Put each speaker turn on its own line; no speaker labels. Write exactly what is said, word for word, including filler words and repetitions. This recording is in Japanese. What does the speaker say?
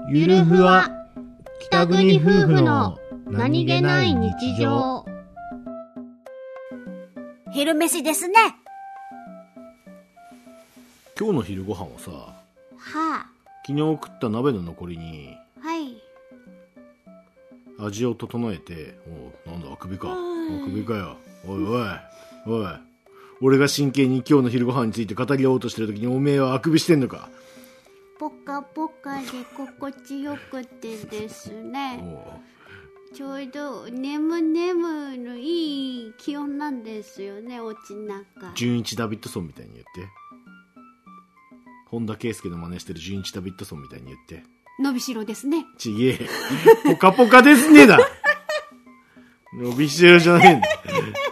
ゆるふわ北国夫婦の何気ない日常。
昼飯ですね。
今日の昼ご飯はさ、
はあ、
昨日食った鍋の残りに
はい。
味を整えて、おうなんだあくびか、あくびかよ、おいおいおい、俺が真剣に今日の昼ご飯について語り合おうとしてる時におめえはあくびしてんのか。
ポカポカで心地よくてですね、ちょうど眠眠のいい気温なんですよね、おちなか。
純一ダビッドソンみたいに言って、本田圭佑の真似してる純一ダビッドソンみたいに言って。
伸びしろですね。
ちげえポカポカですねだ伸びしろじゃねえんだ